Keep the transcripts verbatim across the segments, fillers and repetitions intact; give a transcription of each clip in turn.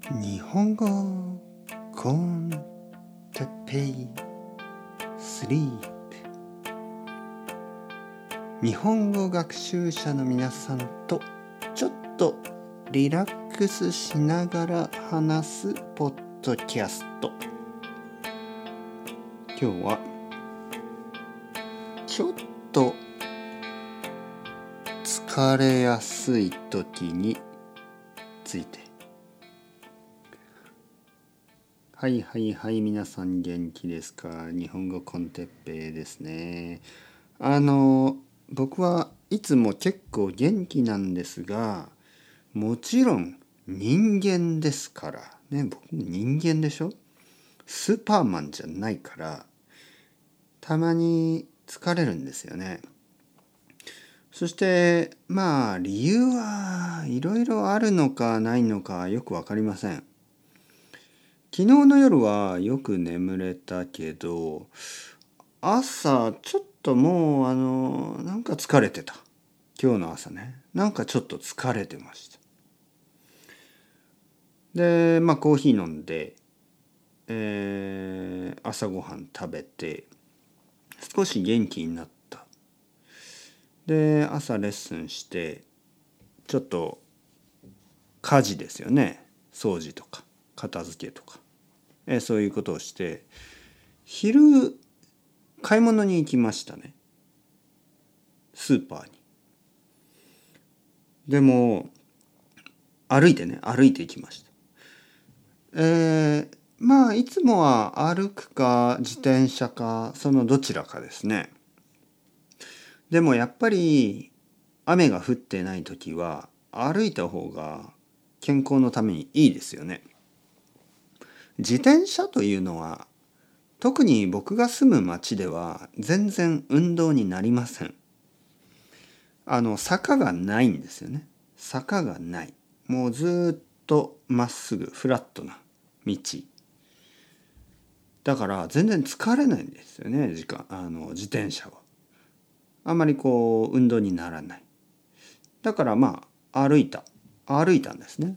日本語コンテッペイスリープ。日本語学習者の皆さんとちょっとリラックスしながら話すポッドキャスト。今日はちょっと疲れやすい時について。はいはいはい、皆さん元気ですか？日本語コンテッペイですね。あの僕はいつも結構元気なんですが、もちろん人間ですからね。僕も人間でしょ。スーパーマンじゃないからたまに疲れるんですよね。そしてまあ理由はいろいろあるのかないのかよくわかりません。昨日の夜はよく眠れたけど、朝ちょっともうあのなんか疲れてた。今日の朝ね、なんかちょっと疲れてました。でまあコーヒー飲んで、えー、朝ごはん食べて少し元気になった。で朝レッスンしてちょっと家事ですよね、掃除とか片付けとか、えー、そういうことをして昼買い物に行きましたね、スーパーに。でも歩いてね歩いて行きました。えー、まあいつもは歩くか自転車かそのどちらかですね。でもやっぱり雨が降ってない時は歩いた方が健康のためにいいですよね。自転車というのは特に僕が住む町では全然運動になりません。あの坂がないんですよね。坂がない。もうずっとまっすぐフラットな道。だから全然疲れないんですよね。時間あの自転車は。あんまりこう運動にならない。だからまあ歩いた歩いたんですね。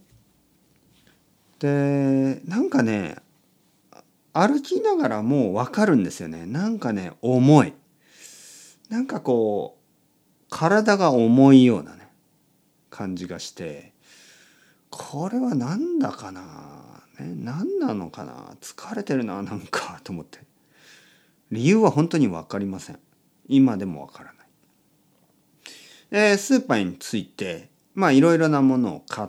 でなんかね歩きながらもう分かるんですよね。なんかね重い。なんかこう体が重いようなね感じがして、これはなんだかな、ね、何なのかな、疲れてるななんかと思って。理由は本当に分かりません。今でも分からない。えー、スーパーに着いてまあいろいろなものを買って、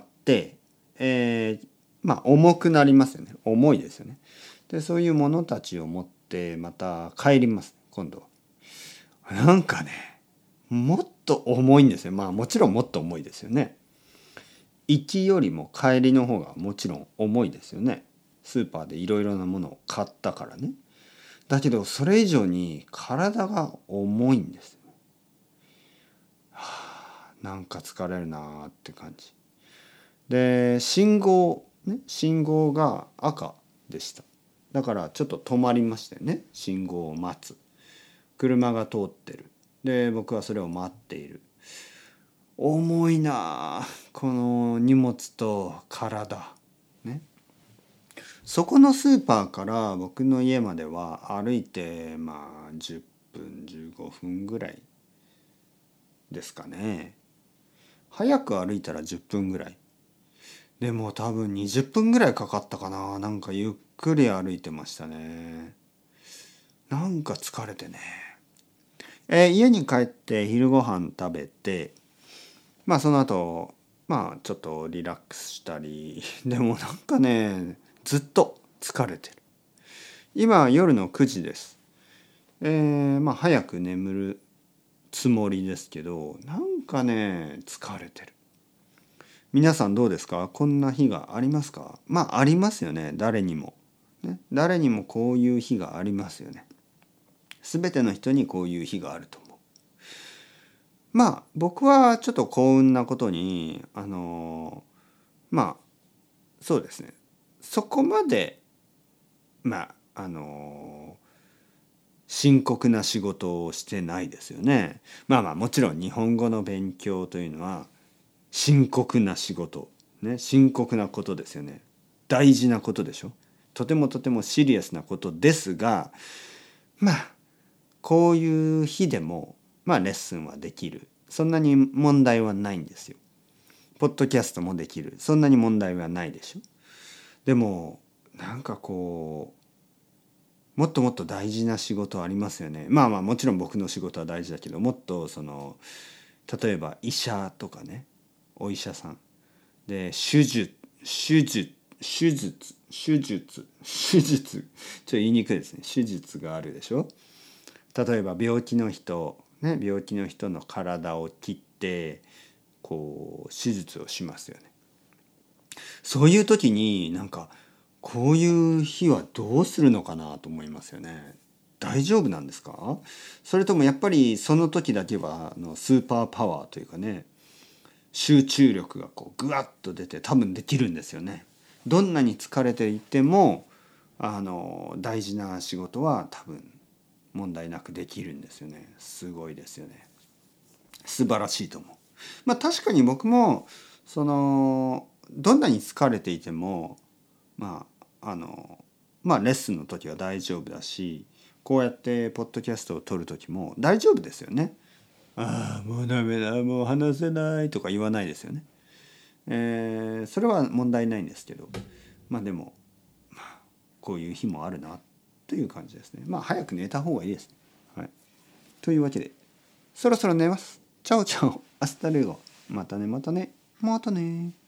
えー、まあ重くなりますよね。重いですよね。でそういうものたちを持ってまた帰ります。今度はなんかねもっと重いんですよ。まあもちろんもっと重いですよね。行きよりも帰りの方がもちろん重いですよね。スーパーでいろいろなものを買ったからね。だけどそれ以上に体が重いんですよ。はあ、なんか疲れるなーって感じ。で信号ね信号が赤でした。だからちょっと止まりましたよね。信号を待つ。車が通ってる。で僕はそれを待っている。重いなこの荷物と体ね。そこのスーパーから僕の家までは歩いてまあじゅっぷんじゅうごふんぐらいですかね。早く歩いたらじゅっぷんぐらいでも多分にじゅっぷんぐらいかかったかな。なんかゆっくり歩いてましたね。なんか疲れてね、えー、家に帰って昼ご飯食べてまあその後まあちょっとリラックスしたりでもなんかねずっと疲れてる。今夜のくじです。えー、まあ早く眠るつもりですけどなんかね疲れてる。皆さんどうですか？こんな日がありますか？まあありますよね。誰にも、ね、誰にもこういう日がありますよね。すべての人にこういう日があると思う。まあ僕はちょっと幸運なことにあのまあそうですね、そこまでまああの深刻な仕事をしてないですよね。まあまあもちろん日本語の勉強というのは深刻な仕事ね、深刻なことですよね。 大事なことでしょ。とてもとてもシリアスなことですが、まあこういう日でもまあレッスンはできる。そんなに問題はないんですよ。ポッドキャストもできる。そんなに問題はないでしょ。でもなんかこうもっともっと大事な仕事ありますよね。まあまあもちろん僕の仕事は大事だけど、もっとその例えば医者とかね、お医者さんで手術手術手術手術手術ちょっと言いにくいですね。手術があるでしょ。例えば病気の人ね、病気の人の体を切ってこう手術をしますよね。そういう時になんかこういう日はどうするのかなと思いますよね。大丈夫なんですか？それともやっぱりその時だけはあのスーパーパワーというかね、集中力がこうグワッと出て多分できるんですよね。どんなに疲れていてもあの大事な仕事は多分問題なくできるんですよね。すごいですよね。素晴らしいと思う。まあ確かに僕もそのどんなに疲れていてもまああのまあレッスンの時は大丈夫だし、こうやってポッドキャストを撮る時も大丈夫ですよね。ああもうダメだ、もう話せないとか言わないですよね。えー、それは問題ないんですけど、まあでも、まあ、こういう日もあるなという感じですね。まあ早く寝た方がいいです、ね。はい。というわけでそろそろ寝ます。チャオチャオアスタルゴ。またねまたねまたね。